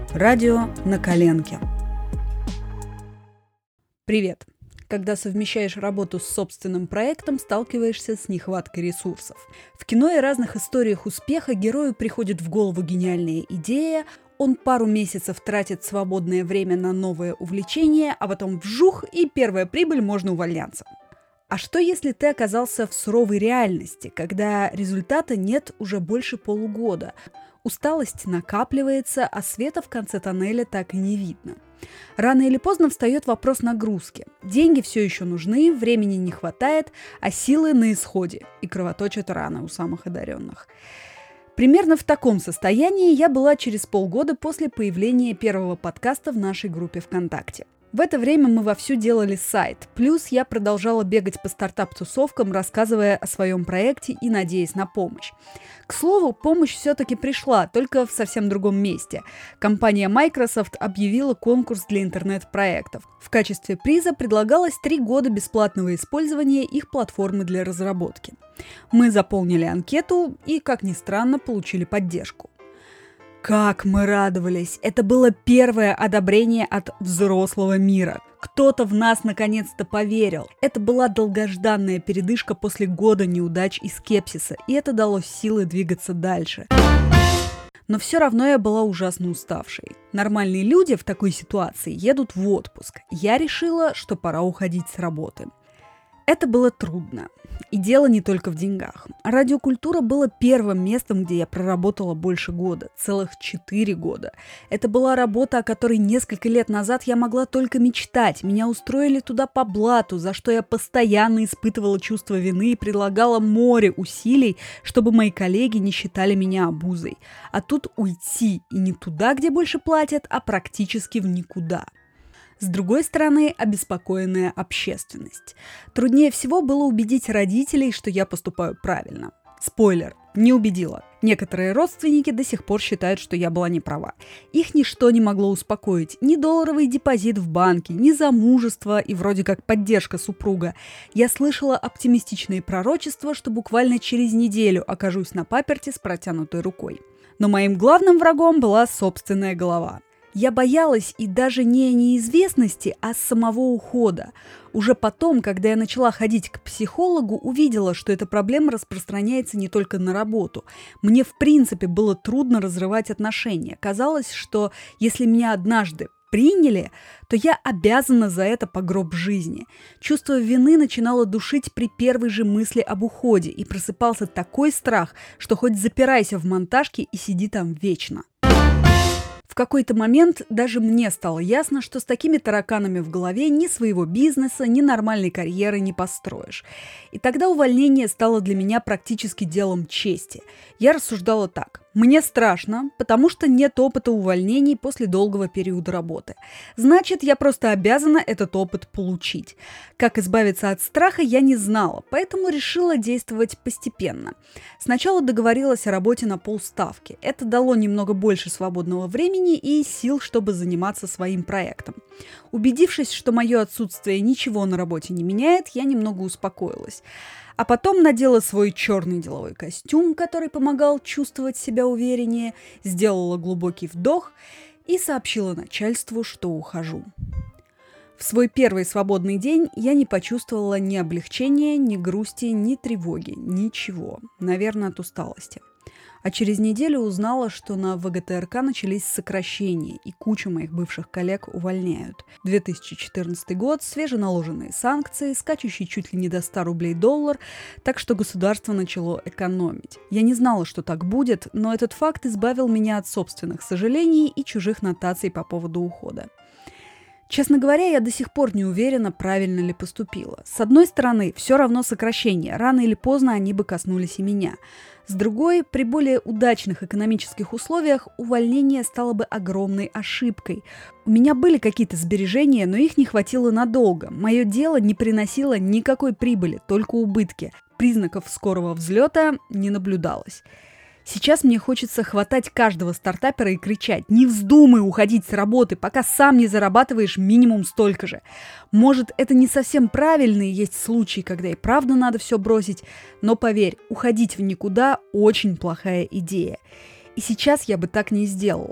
Радио на коленке. Привет! Когда совмещаешь работу с собственным проектом, сталкиваешься с нехваткой ресурсов. В кино и разных историях успеха герою приходит в голову гениальная идея, он пару месяцев тратит свободное время на новое увлечение, а потом вжух, и первая прибыль, можно увольняться. А что, если ты оказался в суровой реальности, когда результата нет уже больше полугода? Усталость накапливается, а света в конце тоннеля так и не видно. Рано или поздно встает вопрос нагрузки. Деньги все еще нужны, времени не хватает, а силы на исходе. И кровоточат раны у самых одаренных. Примерно в таком состоянии я была через полгода после появления первого подкаста в нашей группе ВКонтакте. В это время мы вовсю делали сайт, плюс я продолжала бегать по стартап-тусовкам, рассказывая о своем проекте и надеясь на помощь. К слову, помощь все-таки пришла, только в совсем другом месте. Компания Microsoft объявила конкурс для интернет-проектов. В качестве приза предлагалось 3 года бесплатного использования их платформы для разработки. Мы заполнили анкету и, как ни странно, получили поддержку. Как мы радовались! Это было первое одобрение от взрослого мира. Кто-то в нас наконец-то поверил. Это была долгожданная передышка после года неудач и скепсиса, и это дало силы двигаться дальше. Но все равно я была ужасно уставшей. Нормальные люди в такой ситуации едут в отпуск. Я решила, что пора уходить с работы. Это было трудно. И дело не только в деньгах. Радиокультура было первым местом, где я проработала больше года, целых 4 года. Это была работа, о которой несколько лет назад я могла только мечтать. Меня устроили туда по блату, за что я постоянно испытывала чувство вины и предлагала море усилий, чтобы мои коллеги не считали меня обузой. А тут уйти и не туда, где больше платят, а практически в никуда. С другой стороны, обеспокоенная общественность. Труднее всего было убедить родителей, что я поступаю правильно. Спойлер, не убедила. Некоторые родственники до сих пор считают, что я была не права. Их ничто не могло успокоить. Ни долларовый депозит в банке, ни замужество и вроде как поддержка супруга. Я слышала оптимистичные пророчества, что буквально через неделю окажусь на паперти с протянутой рукой. Но моим главным врагом была собственная голова. Я боялась и даже не неизвестности, а самого ухода. Уже потом, когда я начала ходить к психологу, увидела, что эта проблема распространяется не только на работу. Мне в принципе было трудно разрывать отношения. Казалось, что если меня однажды приняли, то я обязана за это по гроб жизни. Чувство вины начинало душить при первой же мысли об уходе, и просыпался такой страх, что хоть запирайся в монтажке и сиди там вечно. В какой-то момент даже мне стало ясно, что с такими тараканами в голове ни своего бизнеса, ни нормальной карьеры не построишь. И тогда увольнение стало для меня практически делом чести. Я рассуждала так. Мне страшно, потому что нет опыта увольнений после долгого периода работы. Значит, я просто обязана этот опыт получить. Как избавиться от страха, я не знала, поэтому решила действовать постепенно. Сначала договорилась о работе на полставки. Это дало немного больше свободного времени и сил, чтобы заниматься своим проектом. Убедившись, что мое отсутствие ничего на работе не меняет, я немного успокоилась. А потом надела свой черный деловой костюм, который помогал чувствовать себя увереннее, сделала глубокий вдох и сообщила начальству, что ухожу. В свой первый свободный день я не почувствовала ни облегчения, ни грусти, ни тревоги, ничего. Наверное, от усталости. А через неделю узнала, что на ВГТРК начались сокращения, и кучу моих бывших коллег увольняют. 2014 год, свеженаложенные санкции, скачущий чуть ли не до 100 рублей доллар, так что государство начало экономить. Я не знала, что так будет, но этот факт избавил меня от собственных сожалений и чужих нотаций по поводу ухода. Честно говоря, я до сих пор не уверена, правильно ли поступила. С одной стороны, все равно сокращение, рано или поздно они бы коснулись и меня. С другой, при более удачных экономических условиях увольнение стало бы огромной ошибкой. У меня были какие-то сбережения, но их не хватило надолго. Мое дело не приносило никакой прибыли, только убытки. Признаков скорого взлета не наблюдалось. Сейчас мне хочется хватать каждого стартапера и кричать: не вздумай уходить с работы, пока сам не зарабатываешь минимум столько же. Может, это не совсем правильно, и есть случаи, когда и правда надо все бросить, но поверь, уходить в никуда – очень плохая идея. И сейчас я бы так не сделала.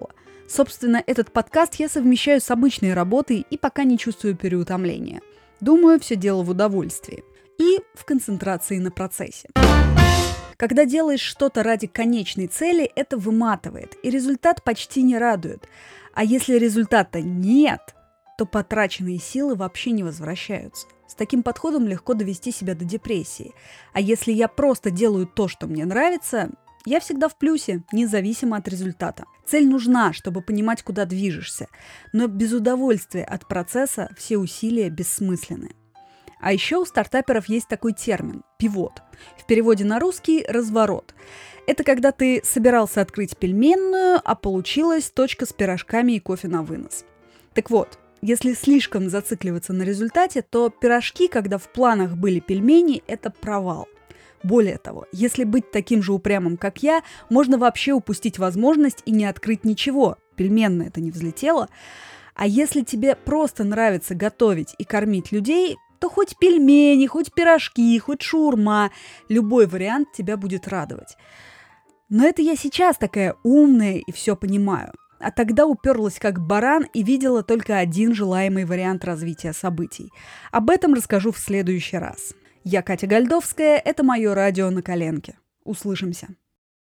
Собственно, этот подкаст я совмещаю с обычной работой и пока не чувствую переутомления. Думаю, все дело в удовольствии и в концентрации на процессе. Когда делаешь что-то ради конечной цели, это выматывает, и результат почти не радует. А если результата нет, то потраченные силы вообще не возвращаются. С таким подходом легко довести себя до депрессии. А если я просто делаю то, что мне нравится, я всегда в плюсе, независимо от результата. Цель нужна, чтобы понимать, куда движешься, но без удовольствия от процесса все усилия бессмысленны. А еще у стартаперов есть такой термин – пивот. В переводе на русский – разворот. Это когда ты собирался открыть пельменную, а получилась точка с пирожками и кофе на вынос. Так вот, если слишком зацикливаться на результате, то пирожки, когда в планах были пельмени, это провал. Более того, если быть таким же упрямым, как я, можно вообще упустить возможность и не открыть ничего. Пельменная-то не взлетела. А если тебе просто нравится готовить и кормить людей, то хоть пельмени, хоть пирожки, хоть шаурма, любой вариант тебя будет радовать. Но это я сейчас такая умная и все понимаю. А тогда уперлась как баран и видела только один желаемый вариант развития событий. Об этом расскажу в следующий раз. Я Катя Гольдовская, это мое радио на коленке. Услышимся.